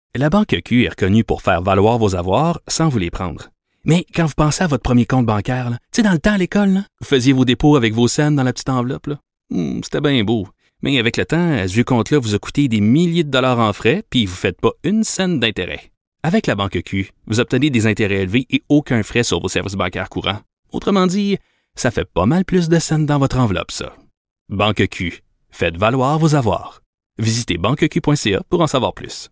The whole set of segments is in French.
La Banque Q est reconnue pour faire valoir vos avoirs sans vous les prendre. Mais quand vous pensez à votre premier compte bancaire, tu sais, dans le temps à l'école, là, vous faisiez vos dépôts avec vos scènes dans la petite enveloppe. Là. C'était bien beau. Mais avec le temps, ce vieux compte-là vous a coûté des milliers de dollars en frais, puis vous ne faites pas une scène d'intérêt. Avec la Banque Q, vous obtenez des intérêts élevés et aucun frais sur vos services bancaires courants. Autrement dit, ça fait pas mal plus de scènes dans votre enveloppe, ça. Banque Q. Faites valoir vos avoirs. Visitez banqueq.ca pour en savoir plus.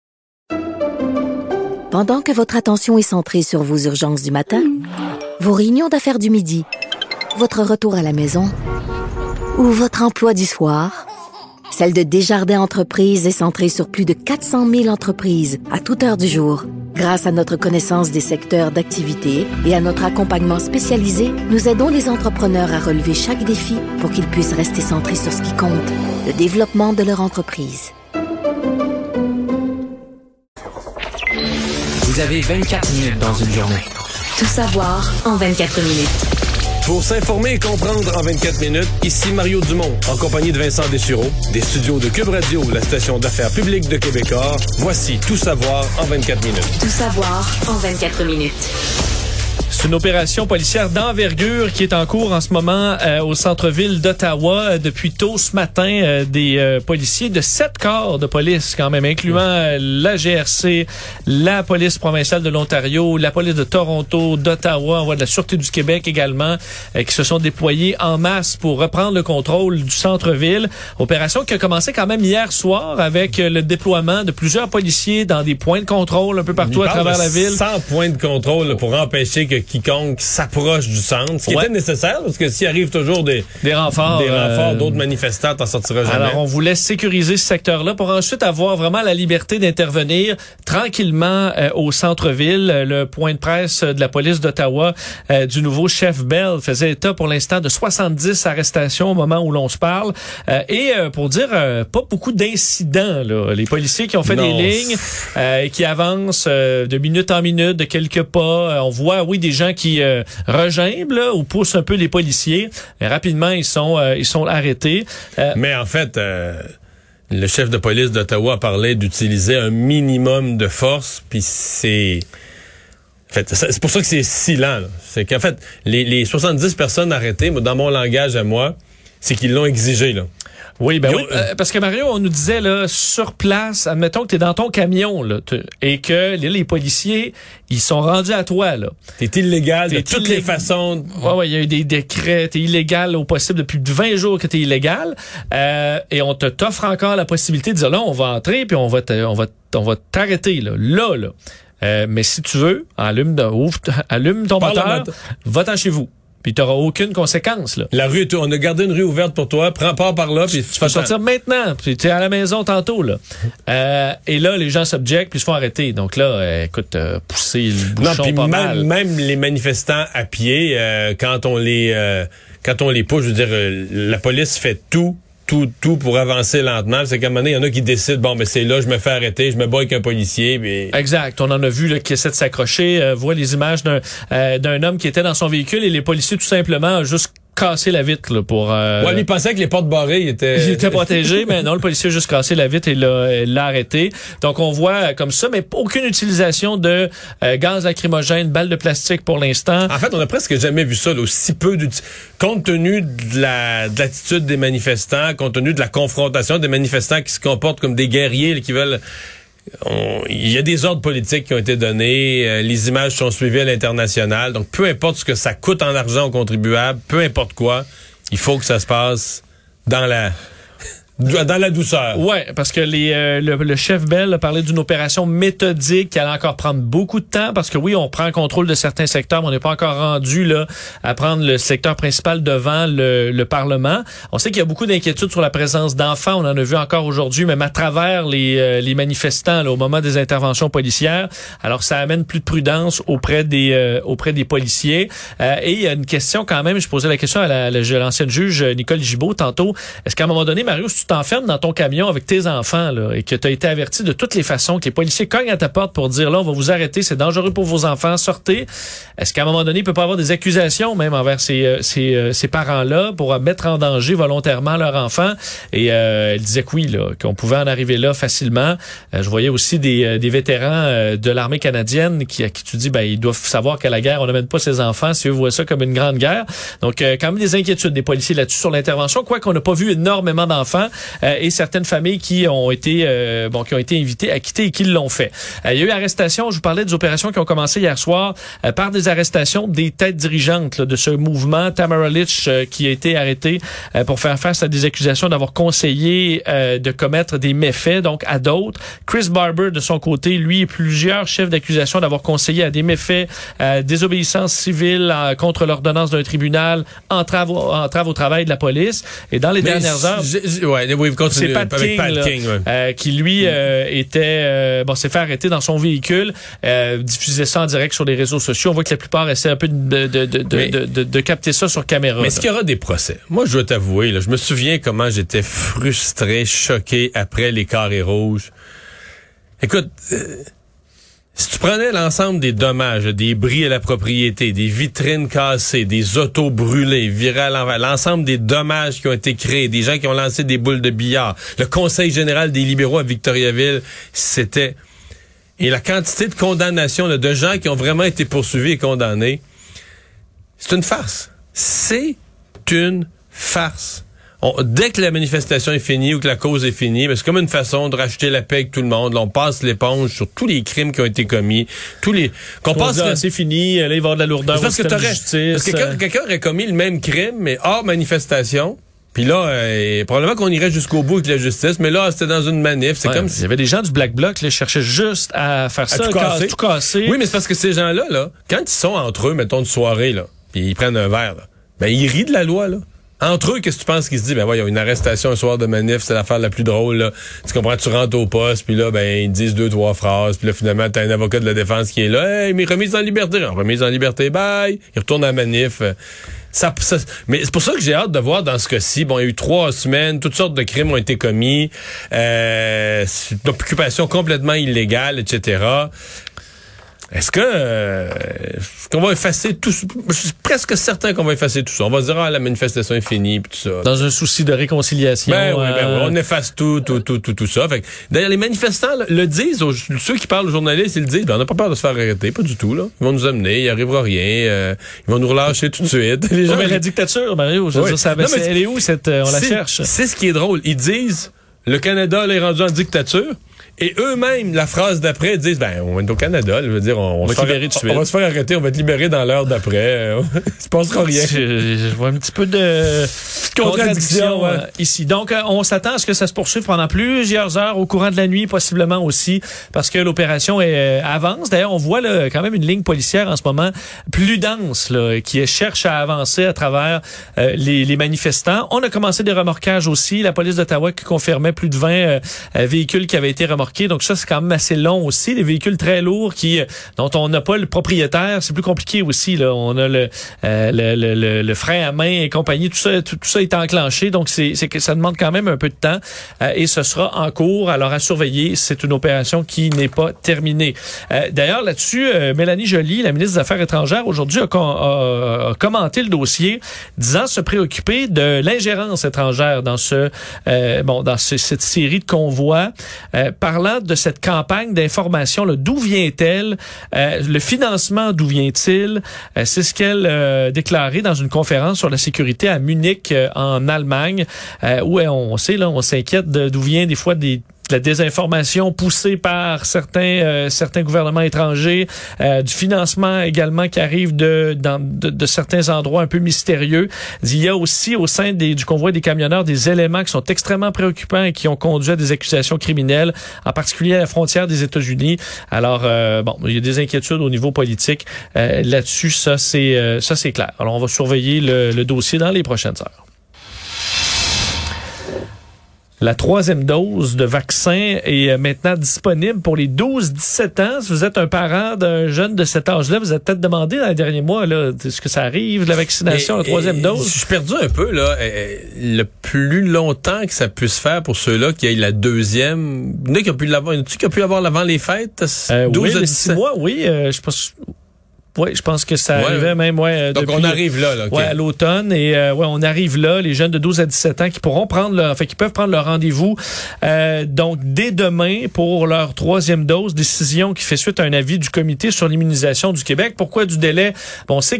Pendant que votre attention est centrée sur vos urgences du matin, vos réunions d'affaires du midi, votre retour à la maison ou votre emploi du soir, celle de Desjardins Entreprises est centrée sur plus de 400 000 entreprises à toute heure du jour. Grâce à notre connaissance des secteurs d'activité et à notre accompagnement spécialisé, nous aidons les entrepreneurs à relever chaque défi pour qu'ils puissent rester centrés sur ce qui compte, le développement de leur entreprise. Vous avez 24 minutes dans une journée. Tout savoir en 24 minutes. Pour s'informer et comprendre en 24 minutes, ici Mario Dumont, en compagnie de Vincent Dessureau, des studios de Cube Radio, la station d'affaires publique de Québecor. Voici Tout savoir en 24 minutes. Tout savoir en 24 minutes. C'est une opération policière d'envergure qui est en cours en ce moment au centre-ville d'Ottawa. Depuis tôt ce matin, des policiers de 7 corps de police quand même, incluant la GRC, la police provinciale de l'Ontario, la police de Toronto, d'Ottawa, on voit de la Sûreté du Québec également, qui se sont déployés en masse pour reprendre le contrôle du centre-ville. Opération qui a commencé quand même hier soir avec le déploiement de plusieurs policiers dans des points de contrôle un peu partout à travers la ville. 100 points de contrôle là, pour empêcher que quiconque s'approche du centre, ce qui était nécessaire, parce que s'il arrive toujours des renforts, d'autres manifestants, t'en sortiras jamais. Alors, on voulait sécuriser ce secteur-là pour ensuite avoir vraiment la liberté d'intervenir tranquillement au centre-ville. Le point de presse de la police d'Ottawa, du nouveau chef Bell, faisait état pour l'instant de 70 arrestations au moment où l'on se parle. Et pour dire, pas beaucoup d'incidents, là. Les policiers qui ont fait des lignes et qui avancent de minute en minute, de quelques pas. On voit, oui, des gens qui regimbent là, ou poussent un peu les policiers. Mais rapidement, ils sont arrêtés. Mais en fait, le chef de police d'Ottawa parlait d'utiliser un minimum de force, puis c'est pour ça que c'est si lent. Là. C'est qu'en fait, les 70 personnes arrêtées, dans mon langage à moi, c'est qu'ils l'ont exigé, là. Oui, oui, parce que Mario, on nous disait là sur place, admettons que t'es dans ton camion là, et que les policiers, ils sont rendus à toi là. T'es illégal de toutes les façons. Ouais, il y a eu des décrets, t'es illégal au possible depuis 20 jours que t'es illégal, et on t'offre encore la possibilité de dire là, on va entrer puis on va t'arrêter là. Mais si tu veux, allume ton moteur, va-t'en chez vous. Puis t'auras aucune conséquence, là. La rue, on a gardé une rue ouverte pour toi. Pars par là, puis tu vas sortir maintenant. Puis t'es à la maison tantôt, là. Et là, les gens s'objectent, puis se font arrêter. Donc là, écoute, pousser le bouchon pas mal. Même les manifestants à pied, quand on les pousse, je veux dire, la police fait tout pour avancer lentement. C'est qu'à un moment donné, il y en a qui décident, bon, mais c'est là, je me fais arrêter, je me bats avec un policier. Puis... Exact. On en a vu là, qui essaie de s'accrocher. Voit les images d'un homme qui était dans son véhicule et les policiers, tout simplement, ont juste cassé la vitre là, pour... Ouais, il pensait que les portes barrées étaient... Il était protégé, mais non, le policier a juste cassé la vitre et l'a arrêté. Donc, on voit comme ça, mais aucune utilisation de gaz lacrymogène, balles de plastique pour l'instant. En fait, on a presque jamais vu ça, là, aussi peu compte tenu de l'attitude des manifestants, compte tenu de la confrontation des manifestants qui se comportent comme des guerriers, là, qui veulent... Il y a des ordres politiques qui ont été donnés, les images sont suivies à l'international, donc peu importe ce que ça coûte en argent aux contribuables, peu importe quoi, il faut que ça se passe dans la douceur. Ouais, parce que le chef Bell a parlé d'une opération méthodique qui allait encore prendre beaucoup de temps parce que oui, on prend contrôle de certains secteurs, mais on n'est pas encore rendu là à prendre le secteur principal devant le Parlement. On sait qu'il y a beaucoup d'inquiétudes sur la présence d'enfants, on en a vu encore aujourd'hui, même à travers les manifestants là, au moment des interventions policières. Alors ça amène plus de prudence auprès des policiers. Et il y a une question quand même, je posais la question à l'ancienne juge Nicole Gibault tantôt. Est-ce qu'à un moment donné, Mario, si tu t'enfermes dans ton camion avec tes enfants là, et que tu as été averti de toutes les façons, que les policiers cognent à ta porte pour dire là, on va vous arrêter, c'est dangereux pour vos enfants, sortez. Est-ce qu'à un moment donné, il peut pas avoir des accusations même envers ces parents-là pour mettre en danger volontairement leur enfant? Et elle disait que oui, là, qu'on pouvait en arriver là facilement. Je voyais aussi des vétérans de l'armée canadienne à qui tu dis, ben ils doivent savoir qu'à la guerre, on n'amène pas ses enfants si eux voient ça comme une grande guerre. Donc, quand même des inquiétudes des policiers là-dessus sur l'intervention, quoi qu'on n'a pas vu énormément d'enfants et certaines familles qui ont été invitées à quitter et qui l'ont fait. Il y a eu arrestation, je vous parlais des opérations qui ont commencé hier soir par des arrestations des têtes dirigeantes là, de ce mouvement. Tamara Lich qui a été arrêtée pour faire face à des accusations d'avoir conseillé de commettre des méfaits donc à d'autres. Chris Barber de son côté, lui et plusieurs chefs d'accusation d'avoir conseillé à des méfaits, désobéissance civile contre l'ordonnance d'un tribunal, entrave au travail de la police. Et dans les dernières heures, c'est Pat King, qui lui s'est fait arrêter dans son véhicule, diffusait ça en direct sur les réseaux sociaux. On voit que la plupart essaient un peu de capter ça sur caméra. Mais est-ce qu'il y aura des procès? Moi, je dois t'avouer, là, je me souviens comment j'étais frustré, choqué après les carrés rouges. Écoute, si tu prenais l'ensemble des dommages, des bris à la propriété, des vitrines cassées, des autos brûlées, virées à l'envers, l'ensemble des dommages qui ont été créés, des gens qui ont lancé des boules de billard, le Conseil général des libéraux à Victoriaville, c'était... Et la quantité de condamnations là, de gens qui ont vraiment été poursuivis et condamnés, c'est une farce. C'est une farce. Dès que la manifestation est finie ou que la cause est finie, ben c'est comme une façon de racheter la paix avec tout le monde. Là, on passe l'éponge sur tous les crimes qui ont été commis. C'est fini, là, il va y avoir de la lourdeur au système de justice. Parce que quelqu'un aurait commis le même crime, mais hors manifestation. Puis là, probablement qu'on irait jusqu'au bout avec la justice, mais là, c'était dans une manif. C'est comme si... Il y avait des gens du Black Bloc qui cherchaient juste à faire ça, tout casser. Oui, mais c'est parce que ces gens-là, là, quand ils sont entre eux, mettons, de soirée, là, puis ils prennent un verre, là, ben ils rient de la loi, là. Entre eux, qu'est-ce que tu penses qu'ils se disent? Ben, voyons, une arrestation un soir de manif, c'est l'affaire la plus drôle, là. Tu comprends, tu rentres au poste, puis là, ben, ils disent 2-3 phrases, puis là, finalement, t'as un avocat de la défense qui est là. Hey, mais remise en liberté. Remise en liberté, bye. Il retourne à la manif. Mais c'est pour ça que j'ai hâte de voir dans ce cas-ci. Bon, il y a eu 3 semaines, toutes sortes de crimes ont été commis, une occupation complètement illégale, etc. Est-ce qu'on va effacer tout ça? Je suis presque certain qu'on va effacer tout ça. On va se dire, la manifestation est finie, puis tout ça. Dans un souci de réconciliation. Ben oui, on efface tout ça. Fait que, d'ailleurs, les manifestants le disent, ceux qui parlent aux journalistes, ils le disent, on n'a pas peur de se faire arrêter, pas du tout, là. Ils vont nous amener, il arrivera rien, ils vont nous relâcher tout de suite. Les gens, mais la dictature, Mario, je veux dire, elle est où on la cherche? C'est ce qui est drôle. Ils disent, le Canada là, est rendu en dictature. Et eux-mêmes, la phrase d'après, disent, ben, on est au Canada, je veux dire, on va se faire arrêter, on va être libéré dans l'heure d'après. Il se passera rien. Je vois un petit peu de contradiction ici. Donc, on s'attend à ce que ça se poursuive pendant plusieurs heures au courant de la nuit, possiblement aussi, parce que l'opération avance. D'ailleurs, on voit là, quand même une ligne policière en ce moment plus dense, là, qui cherche à avancer à travers les manifestants. On a commencé des remorquages aussi. La police d'Ottawa qui confirmait plus de 20 véhicules qui avaient été remorqués. Donc ça, c'est quand même assez long aussi. Les véhicules très lourds dont on n'a pas le propriétaire, c'est plus compliqué aussi. Là, on a le frein à main et compagnie. Tout ça est enclenché. Donc c'est que ça demande quand même un peu de temps et ce sera en cours. Alors à surveiller. C'est une opération qui n'est pas terminée. D'ailleurs là-dessus, Mélanie Joly, la ministre des Affaires étrangères, aujourd'hui a commenté le dossier, disant se préoccuper de l'ingérence étrangère dans cette série de convois. Parlant de cette campagne d'information, d'où vient-elle, le financement, d'où vient-il, c'est ce qu'elle a déclaré dans une conférence sur la sécurité à Munich, en Allemagne, où on s'inquiète d'où vient des fois de la désinformation poussée par certains gouvernements étrangers, du financement également qui arrive de certains endroits un peu mystérieux. Il y a aussi au sein du convoi des camionneurs des éléments qui sont extrêmement préoccupants et qui ont conduit à des accusations criminelles, en particulier à la frontière des États-Unis. Alors, il y a des inquiétudes au niveau politique là-dessus, ça c'est clair. Alors, on va surveiller le dossier dans les prochaines heures. La troisième dose de vaccin est maintenant disponible pour les 12-17 ans. Si vous êtes un parent d'un jeune de cet âge-là, vous avez peut-être demandé dans les derniers mois, là, est-ce que ça arrive, la vaccination, la troisième dose? Je suis perdu un peu, là. Le plus longtemps que ça puisse faire pour ceux-là qui aient la deuxième, il y en a qui ont pu l'avoir, avant les fêtes? 12 oui, à les 17 mois, oui, je pense. Oui, je pense que ça arrivait même, donc depuis, on arrive là, okay. Ouais, à l'automne et on arrive là, les jeunes de 12 à 17 ans qui pourront qui peuvent prendre leur rendez-vous donc dès demain pour leur troisième dose, décision qui fait suite à un avis du comité sur l'immunisation du Québec. Pourquoi du délai? Bon, on sait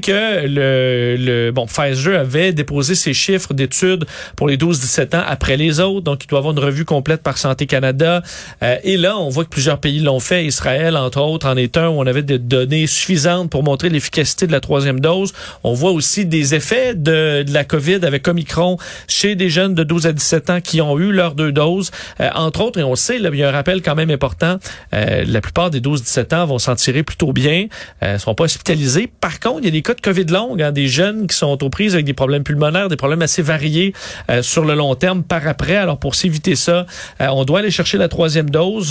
que Pfizer avait déposé ses chiffres d'études pour les 12-17 ans après les autres, donc il doit avoir une revue complète par Santé Canada et là, on voit que plusieurs pays l'ont fait, Israël entre autres en est un où on avait des données suffisantes pour montrer l'efficacité de la troisième dose. On voit aussi des effets de la COVID avec Omicron chez des jeunes de 12 à 17 ans qui ont eu leurs 2 doses. Entre autres, et on sait, là, il y a un rappel quand même important, la plupart des 12-17 ans vont s'en tirer plutôt bien, ne sont pas hospitalisés. Par contre, il y a des cas de COVID longue, des jeunes qui sont aux prises avec des problèmes pulmonaires, des problèmes assez variés sur le long terme par après. Alors pour s'éviter ça, on doit aller chercher la troisième dose.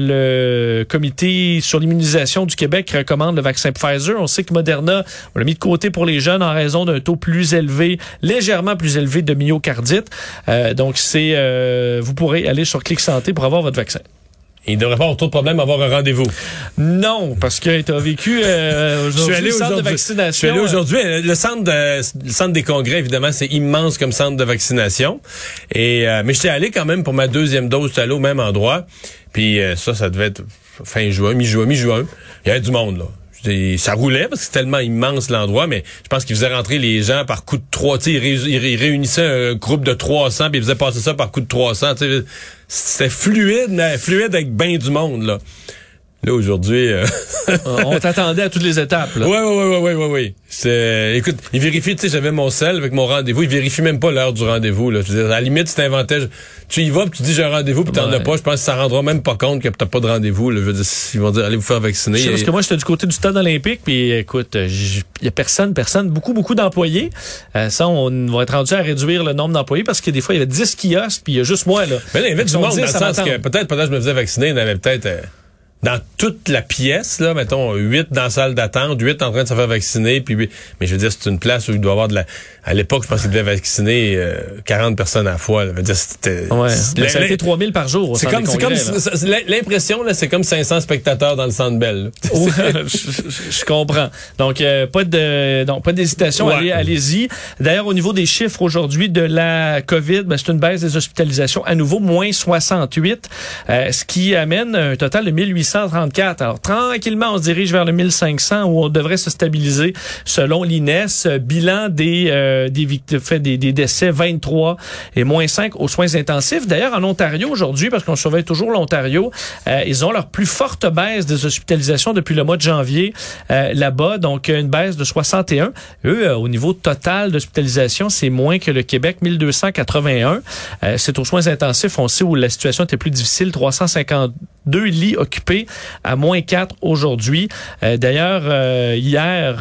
Le comité sur l'immunisation du Québec recommande le vaccin Pfizer. On sait que Moderna, on l'a mis de côté pour les jeunes en raison d'un taux plus élevé, légèrement plus élevé de myocardite. Donc, vous pourrez aller sur Clic Santé pour avoir votre vaccin. Il ne devrait pas avoir trop de problème à avoir un rendez-vous. Non, parce que tu as vécu aujourd'hui le centre de vaccination. Je suis allé aujourd'hui. Le centre des congrès, évidemment, c'est immense comme centre de vaccination. Mais j'étais allé quand même pour ma deuxième dose. J'étais allé au même endroit. Puis ça devait être fin juin, mi-juin. Il y avait du monde, là. Ça roulait parce que c'est tellement immense l'endroit, mais je pense qu'ils faisaient rentrer les gens par coup de 3. Ils réunissaient un groupe de 300 puis ils faisaient passer ça par coup de 300. C'était fluide avec bien du monde, là. Là, aujourd'hui... on t'attendait à toutes les étapes, là. Oui. Écoute, ils vérifient, j'avais mon sel avec mon rendez-vous, ils vérifient même pas l'heure du rendez-vous, là. Je veux dire, à la limite, si t'inventais, tu y vas pis tu dis j'ai un rendez-vous pis t'en as pas, je pense que ça rendra même pas compte que t'as pas de rendez-vous, là. Je veux dire, ils vont dire, allez vous faire vacciner. Parce que moi, j'étais du côté du stade olympique puis écoute, il y a personne, beaucoup d'employés. Ça, on va être rendu à réduire le nombre d'employés parce que des fois, il y avait 10 kiosques puis il y a juste moi, là. Mais là, il y avait du monde dans le sens que peut-être pendant que je me faisais vacciner, il y en avait peut-être... dans toute la pièce, là, mettons, 8 dans la salle d'attente, 8 en train de se faire vacciner, puis mais je veux dire, c'est une place où il doit y avoir à l'époque, je pense qu'il devait vacciner 40 personnes à la fois. Là. Je veux dire, c'était... Ouais. Ça a été 3000 par jour au c'est centre comme, l'impression, là, c'est comme 500 spectateurs dans le Centre Bell. Ouais, je comprends. Donc, pas d'hésitation. Ouais. Allez-y. D'ailleurs, au niveau des chiffres aujourd'hui de la COVID, c'est une baisse des hospitalisations à nouveau, moins 68, ce qui amène un total de 1834. Alors, tranquillement, on se dirige vers le 1500 où on devrait se stabiliser selon l'INES. Bilan des décès, 23 et moins 5 aux soins intensifs. D'ailleurs, en Ontario aujourd'hui, parce qu'on surveille toujours l'Ontario, ils ont leur plus forte baisse des hospitalisations depuis le mois de janvier là-bas. Donc, une baisse de 61. Eux, au niveau total d'hospitalisation, c'est moins que le Québec, 1281. C'est aux soins intensifs, on sait où la situation était plus difficile, 352 lits occupés à moins 4 aujourd'hui. D'ailleurs, hier,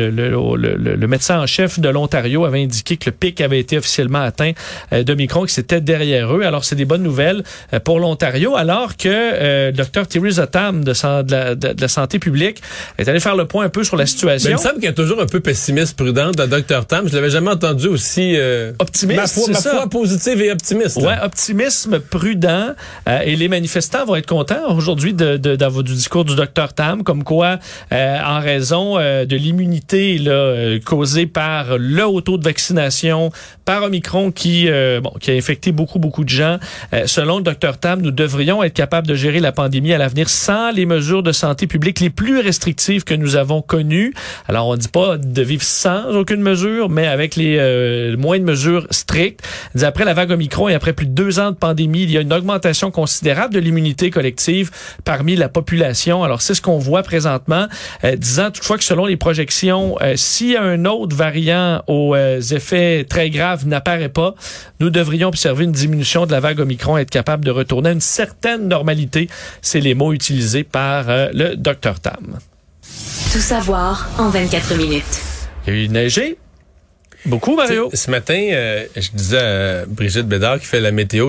le médecin en chef de l'Ontario avait indiqué que le pic avait été officiellement atteint d'Omicron, que c'était derrière eux. Alors, c'est des bonnes nouvelles pour l'Ontario, alors que le Dr. Theresa Tam de la santé publique est allé faire le point un peu sur la situation. Mais il me semble qu'elle est toujours un peu pessimiste, prudente, la Dr. Tam. Je l'avais jamais entendu aussi... optimiste, ma foi positive et optimiste. Ouais, optimisme, prudent. Et les manifestants vont être contents aujourd'hui du discours du Dr. Tam, comme quoi, en raison de l'immunité causée par le haut taux de vaccination, par Omicron qui a infecté beaucoup de gens, selon le Dr. Tam, nous devrions être capables de gérer la pandémie à l'avenir sans les mesures de santé publique les plus restrictives que nous avons connues. Alors, on ne dit pas de vivre sans aucune mesure, mais avec les moins de mesures strictes. Après la vague Omicron et après plus de 2 ans de pandémie, il y a une augmentation considérable de l'immunité collective parmi la population. Alors, c'est ce qu'on voit présentement, disant toutefois que selon les projections, si un autre variant aux effets très graves n'apparaît pas, nous devrions observer une diminution de la vague Omicron et être capable de retourner à une certaine normalité. C'est les mots utilisés par le Dr. Tam. Tout savoir en 24 minutes. Il y a eu neigé. Beaucoup, Mario. Ce matin, je disais à Brigitte Bédard qui fait la météo,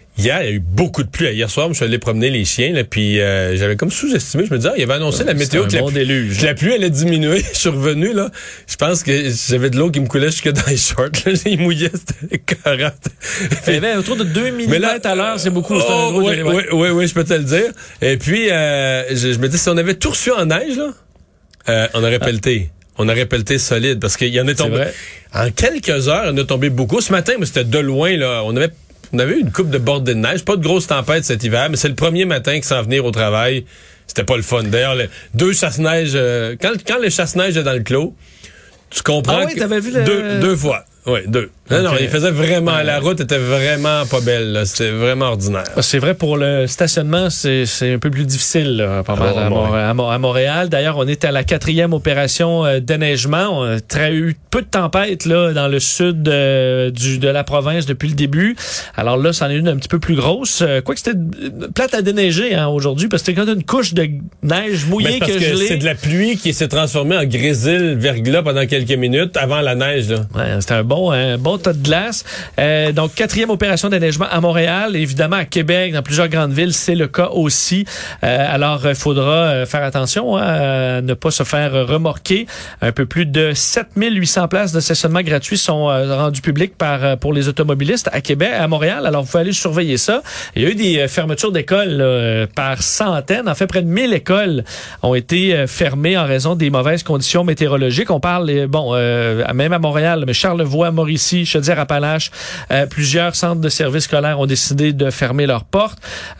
Hier, il y a eu beaucoup de pluie. Hier soir, je suis allé promener les chiens, là, puis j'avais comme sous-estimé. Je me disais, il avait annoncé la météo que la pluie allait diminuer. Je suis revenu, là. Je pense que j'avais de l'eau qui me coulait jusque dans les shorts. Là. Il mouillait, c'était carré. Il y avait autour de 2 mm à l'heure, c'est beaucoup. Oui, je peux te le dire. Et puis, je me dis, si on avait tout reçu en neige, là, on aurait pelleté. On aurait pelleté solide, parce qu'il y en est tombé. En quelques heures, il en a tombé beaucoup. Ce matin, mais c'était de loin, là. On avait eu une coupe de bordée de neige, pas de grosse tempête cet hiver, mais c'est le premier matin que sans venir au travail, c'était pas le fun. D'ailleurs, deux chasse-neige, quand le chasse-neige est dans le clos, tu comprends que t'avais vu deux fois. Oui, deux. Okay. Non, il faisait vraiment... La route était vraiment pas belle. Là. C'était vraiment ordinaire. C'est vrai, pour le stationnement, c'est un peu plus difficile là, à Montréal. D'ailleurs, on est à la 4e opération déneigement. On a eu peu de tempêtes là, dans le sud de la province depuis le début. Alors là, c'en est une un petit peu plus grosse. Quoique c'était plate à déneiger aujourd'hui, parce que c'était quand une couche de neige mouillée que gelée. C'est de la pluie qui s'est transformée en grésil verglas pendant quelques minutes avant la neige. Là. Ouais, c'était un bon tas de glace. Donc, 4e opération d'enneigement à Montréal. Évidemment, à Québec, dans plusieurs grandes villes, c'est le cas aussi. Alors, il faudra faire attention à ne pas se faire remorquer. Un peu plus de 7800 places de stationnement gratuit sont rendues publiques pour les automobilistes à Québec, à Montréal. Alors, vous pouvez aller surveiller ça. Il y a eu des fermetures d'écoles par centaines. En fait, près de 1000 écoles ont été fermées en raison des mauvaises conditions météorologiques. On parle, même à Montréal, mais Charlevoix, Mauricie, Chaudière-Appalaches, plusieurs centres de services scolaires ont décidé de fermer leurs portes.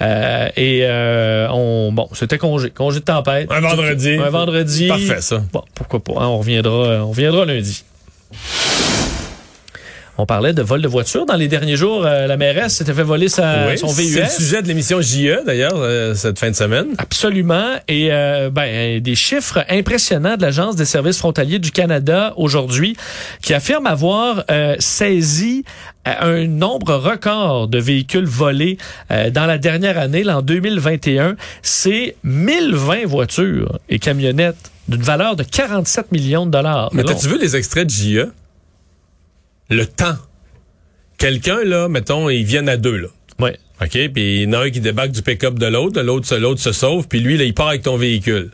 C'était congé de tempête. Un vendredi. Parfait, ça. Bon, pourquoi pas. Hein, on reviendra lundi. On parlait de vol de voiture. Dans les derniers jours, la mairesse s'était fait voler son VUS. C'est le sujet de l'émission JE, d'ailleurs, cette fin de semaine. Absolument. Et des chiffres impressionnants de l'Agence des services frontaliers du Canada aujourd'hui, qui affirme avoir saisi un nombre record de véhicules volés dans la dernière année, l'an 2021. C'est 1020 voitures et camionnettes d'une valeur de 47 millions de dollars. Mais t'as-tu vu les extraits de JE? Le temps. Quelqu'un, là, mettons, ils viennent à deux, là. Oui. OK? Puis il y en a un qui débarque du pick-up de l'autre se sauve, puis lui, là, il part avec ton véhicule.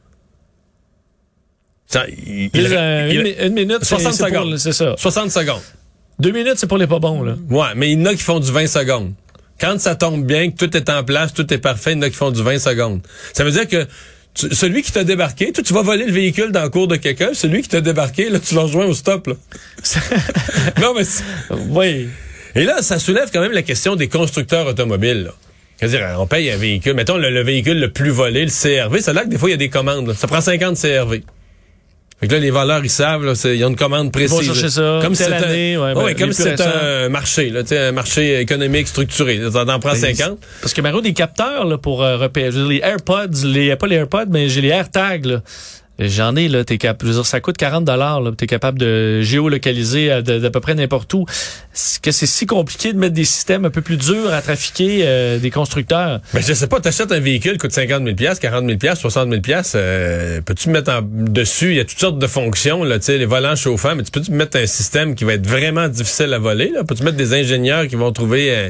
Une minute, 60 secondes. C'est ça. 60 secondes. 2 minutes, c'est pour les pas bons, là. Ouais, mais il y en a qui font du 20 secondes. Quand ça tombe bien, que tout est en place, tout est parfait, il y en a qui font du 20 secondes. Ça veut dire que celui qui t'a débarqué, toi, tu vas voler le véhicule dans le cours de quelqu'un, celui qui t'a débarqué, là, tu l'as rejoint au stop, là. Non, mais oui. Et là, ça soulève quand même la question des constructeurs automobiles, là. C'est-à-dire, on paye un véhicule, mettons le véhicule le plus volé, le CRV, c'est là que des fois, il y a des commandes, là. Ça prend 50 CRV. Fait que là, les voleurs, ils savent, là, ils ont une commande précise. Ils vont chercher ça. Comme c'est un marché, là, un marché économique structuré. Ça en prend 50. Parce que Mario, des capteurs, là, pour repérer, les AirPods, pas les AirPods, mais j'ai les AirTags, là. J'en ai, là, ça coûte 40 $, là, t'es capable de géolocaliser d'à peu près n'importe où. C'est que c'est si compliqué de mettre des systèmes un peu plus durs à trafiquer des constructeurs. Mais je sais pas, t'achètes un véhicule, coûte 50 000 $, 40 000 $, 60 000 $, peux-tu mettre dessus, il y a toutes sortes de fonctions, là, tu sais, les volants chauffants, mais tu peux-tu mettre un système qui va être vraiment difficile à voler, là? Peux-tu mettre des ingénieurs qui vont trouver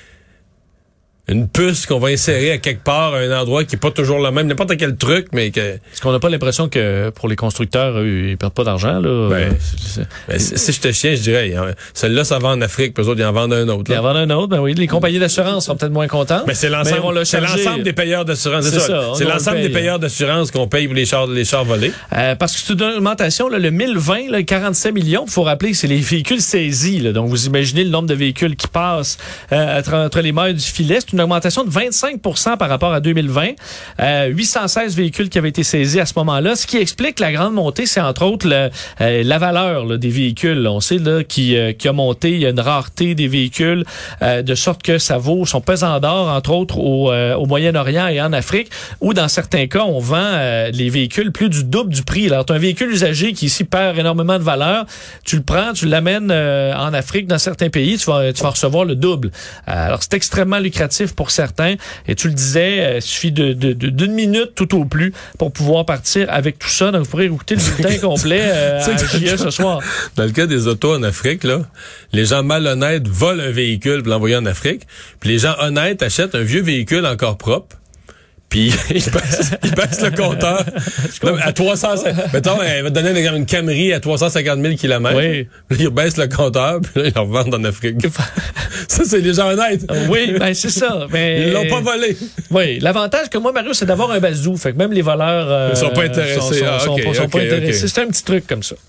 une puce qu'on va insérer à quelque part à un endroit qui est pas toujours le même, n'importe quel truc, mais que... Est-ce qu'on n'a pas l'impression que pour les constructeurs, ils perdent pas d'argent, là? Si j'étais chien, je dirais, celle-là, ça va en Afrique, puis eux autres, ils en vendent un autre. Ils en vendent un autre, ben oui. Les compagnies d'assurance sont peut-être moins contentes. Mais c'est l'ensemble des payeurs d'assurance. C'est ça. C'est l'ensemble des payeurs d'assurance qu'on paye pour les chars volés. Parce que c'est une augmentation, là, le 1020, là, 47 millions, il faut rappeler que c'est les véhicules saisis, là. Donc, vous imaginez le nombre de véhicules qui passent entre les mailles du filet. C'est une augmentation de 25% par rapport à 2020. 816 véhicules qui avaient été saisis à ce moment-là. Ce qui explique la grande montée, c'est entre autres la valeur là, des véhicules. On sait là qui a monté. Il y a une rareté des véhicules de sorte que ça vaut son pesant d'or, entre autres au Moyen-Orient et en Afrique, où dans certains cas, on vend les véhicules plus du double du prix. Alors, tu as un véhicule usagé qui ici perd énormément de valeur. Tu le prends, tu l'amènes en Afrique, dans certains pays, tu vas recevoir le double. Alors, c'est extrêmement lucratif impératif pour certains. Et tu le disais, il suffit d'une minute tout au plus pour pouvoir partir avec tout ça. Donc, vous pourrez écouter le bulletin complet à JE ce soir. Dans le cas des autos en Afrique, là, les gens malhonnêtes volent un véhicule pour l'envoyer en Afrique. Puis les gens honnêtes achètent un vieux véhicule encore propre. Puis il baisse le compteur à 350. Mettons, il va te donner une Camry à 350 000 km. Oui. Là, il baisse le compteur, puis là, ils le revendent en Afrique. Ça, c'est les gens honnêtes. Oui, ben c'est ça. Mais ils l'ont pas volé. Oui, l'avantage que moi, Mario, c'est d'avoir un bazou. Fait que même les voleurs ils sont pas intéressés. sont pas intéressés. C'est un petit truc comme ça.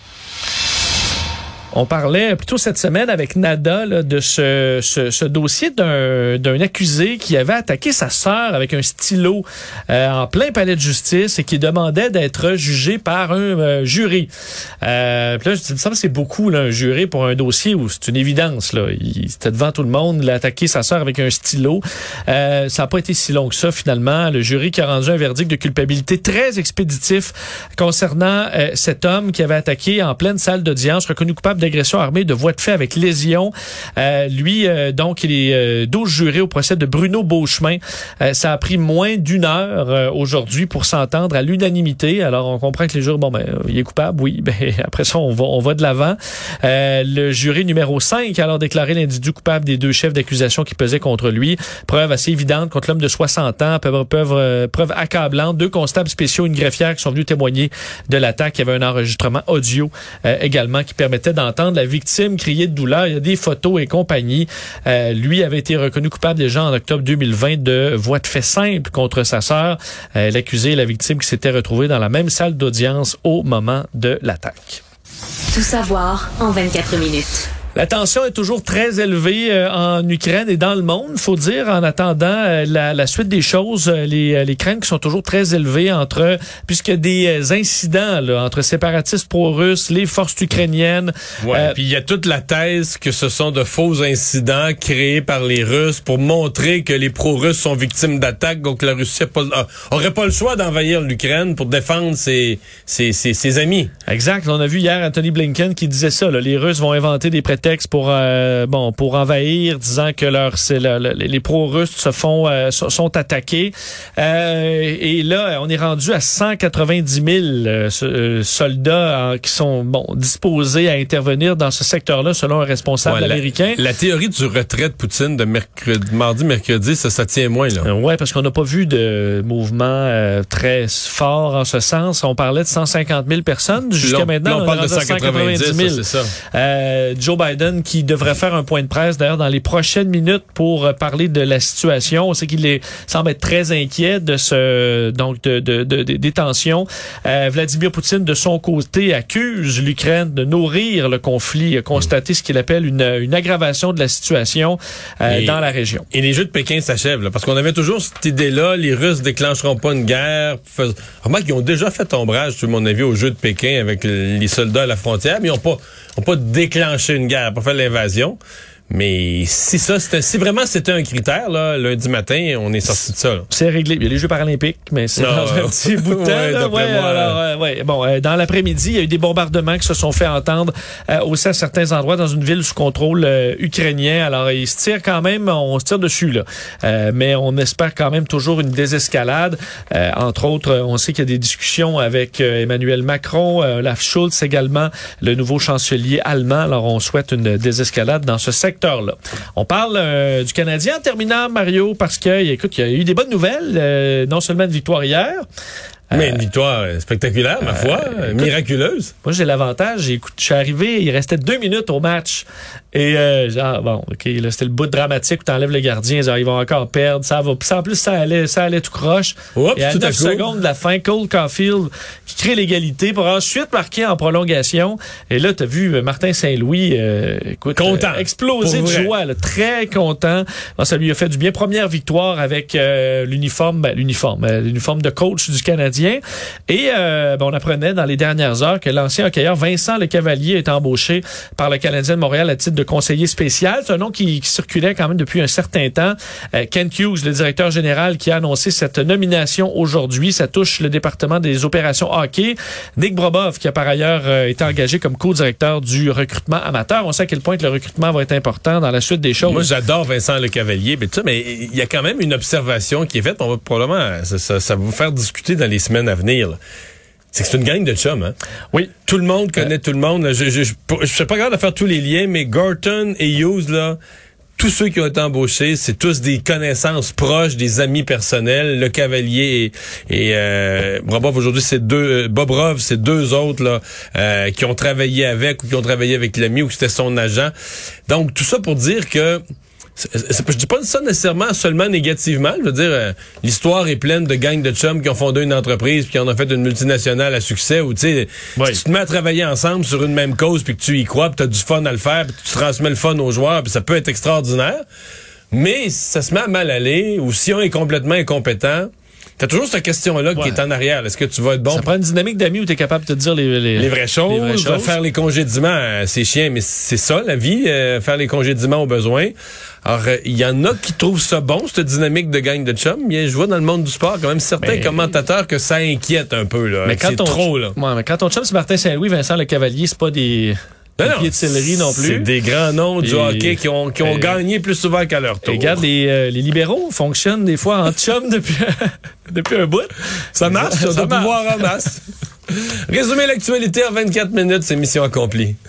On parlait plutôt cette semaine avec Nada là, de ce dossier d'un accusé qui avait attaqué sa sœur avec un stylo en plein palais de justice et qui demandait d'être jugé par un jury. Puis là, il me semble que c'est beaucoup là, un jury pour un dossier où c'est une évidence. Là. C'était devant tout le monde, il a attaqué sa sœur avec un stylo. Ça n'a pas été si long que ça finalement. Le jury qui a rendu un verdict de culpabilité très expéditif concernant cet homme qui avait attaqué en pleine salle d'audience, reconnu coupable d'agression armée de voie de fait avec lésion. Donc, il est 12 jurés au procès de Bruno Beauchemin. Ça a pris moins d'une heure aujourd'hui pour s'entendre à l'unanimité. Alors, on comprend que les jurés, il est coupable, oui. Après ça, on va de l'avant. Le jury numéro 5 a alors déclaré l'individu coupable des 2 chefs d'accusation qui pesaient contre lui. Preuve assez évidente contre l'homme de 60 ans. Preuve accablante. 2 constables spéciaux, une greffière qui sont venus témoigner de l'attaque. Il y avait un enregistrement audio également qui permettait d'entendre la victime crier de douleur. Il y a des photos et compagnie. Lui avait été reconnu coupable déjà en octobre 2020 de voie de fait simple contre sa sœur. L'accusé et la victime qui s'étaient retrouvés dans la même salle d'audience au moment de l'attaque. Tout savoir en 24 minutes. La tension est toujours très élevée en Ukraine et dans le monde, faut dire, en attendant la suite des choses. Les craintes qui sont toujours très élevées puisqu'il y a des incidents là, entre séparatistes pro-russes, les forces ukrainiennes. Ouais, puis il y a toute la thèse que ce sont de faux incidents créés par les Russes pour montrer que les pro-russes sont victimes d'attaques, donc la Russie aurait pas le choix d'envahir l'Ukraine pour défendre ses amis. Exact. On a vu hier Anthony Blinken qui disait ça. Là, les Russes vont inventer des prétextes pour envahir, disant que les pro-russes sont attaqués. Et là, on est rendu à 190 000 soldats qui sont disposés à intervenir dans ce secteur-là, selon un responsable américain. La théorie du retrait de Poutine de mardi, mercredi, ça tient moins là. Ouais, parce qu'on n'a pas vu de mouvement très fort en ce sens. On parlait de 150 000 personnes jusqu'à maintenant. On parle de 190 000. C'est ça. Joe Biden qui devrait faire un point de presse d'ailleurs dans les prochaines minutes pour parler de la situation. On sait qu'il semble être très inquiet de des tensions. Vladimir Poutine de son côté accuse l'Ukraine de nourrir le conflit, a constaté ce qu'il appelle une aggravation de la situation dans la région. Et les Jeux de Pékin s'achèvent là, parce qu'on avait toujours cette idée-là, les Russes déclencheront pas une guerre. Remarque qu'ils ont déjà fait ombrage, à mon avis, aux Jeux de Pékin avec les soldats à la frontière, mais ils n'ont pas déclenché une guerre, pas fait l'invasion. Mais si vraiment c'était un critère, là, lundi matin, on est sorti de ça. Là. C'est réglé. Il y a les Jeux paralympiques, mais c'est dans un petit bout de temps. Dans l'après-midi, il y a eu des bombardements qui se sont fait entendre aussi à certains endroits dans une ville sous contrôle ukrainien. Alors, on se tire dessus, là. Mais on espère quand même toujours une désescalade. Entre autres, on sait qu'il y a des discussions avec Emmanuel Macron, Olaf Scholz également, le nouveau chancelier allemand. Alors, on souhaite une désescalade dans ce secteur. Là. On parle du Canadien en terminant, Mario, parce que, écoute, il y a eu des bonnes nouvelles, non seulement de victoire hier. Mais une victoire spectaculaire, ma foi, miraculeuse. Moi, j'ai l'avantage. Je suis arrivé, il restait 2 minutes au match. Et là, c'était le bout dramatique où t'enlèves le gardien. Ils vont encore perdre. Ça va. En plus, ça allait tout croche. Oups, et à 9 secondes de la fin, Cole Caulfield qui crée l'égalité pour ensuite marquer en prolongation. Et là, t'as vu Martin Saint-Louis, content. Exploser de joie, là, très content. Alors, ça lui a fait du bien. Première victoire avec l'uniforme de coach du Canadien Canadien. Et on apprenait dans les dernières heures que l'ancien hockeyeur Vincent Lecavalier est embauché par le Canadien de Montréal à titre de conseiller spécial. C'est un nom qui circulait quand même depuis un certain temps. Kent Hughes, le directeur général, qui a annoncé cette nomination aujourd'hui. Ça touche le département des opérations hockey. Nick Brobov, qui a par ailleurs été engagé comme co-directeur du recrutement amateur. On sait à quel point le recrutement va être important dans la suite des choses. Moi, j'adore Vincent Lecavalier, mais il y a quand même une observation qui est faite. On va probablement, ça va vous faire discuter dans les semaines à venir, là. C'est que c'est une gang de chums, hein? Oui. Tout le monde connaît tout le monde. Je suis pas capable de faire tous les liens, mais Gorton et Hughes, là, tous ceux qui ont été embauchés, c'est tous des connaissances proches, des amis personnels. Lecavalier et Bobrov, aujourd'hui, c'est Bobrov, c'est deux autres là qui ont travaillé avec ou qui ont travaillé avec l'ami ou que c'était son agent. Donc, tout ça pour dire que je dis pas ça nécessairement seulement négativement. Je veux dire, l'histoire est pleine de gangs de chums qui ont fondé une entreprise puis qui en ont fait une multinationale à succès. Ou tu sais, si tu te mets à travailler ensemble sur une même cause puis que tu y crois, puis t'as du fun à le faire, puis tu transmets le fun aux joueurs, puis ça peut être extraordinaire. Mais si ça se met à mal aller ou si on est complètement incompétent, t'as toujours cette question-là qui est en arrière. Est-ce que tu vas être bon? Ça prend une dynamique d'amis où t'es capable de te dire les vraies choses. Faire les congédiements, c'est chiant, mais c'est ça, la vie, faire les congédiements au besoin. Alors, il y en a qui trouvent ça bon, cette dynamique de gang de chum. Je vois dans le monde du sport quand même certains commentateurs que ça inquiète un peu, là. Mais quand c'est trop, là. Ouais, mais quand ton chum, c'est Martin Saint-Louis, Vincent Lecavalier, c'est pas des pieds de céleri non plus. C'est des grands noms du hockey qui ont gagné plus souvent qu'à leur tour. Regarde, les libéraux fonctionnent des fois en chum depuis un bout. Ça marche, ça doit pouvoir en masse. Résumer l'actualité en 24 minutes, c'est mission accomplie.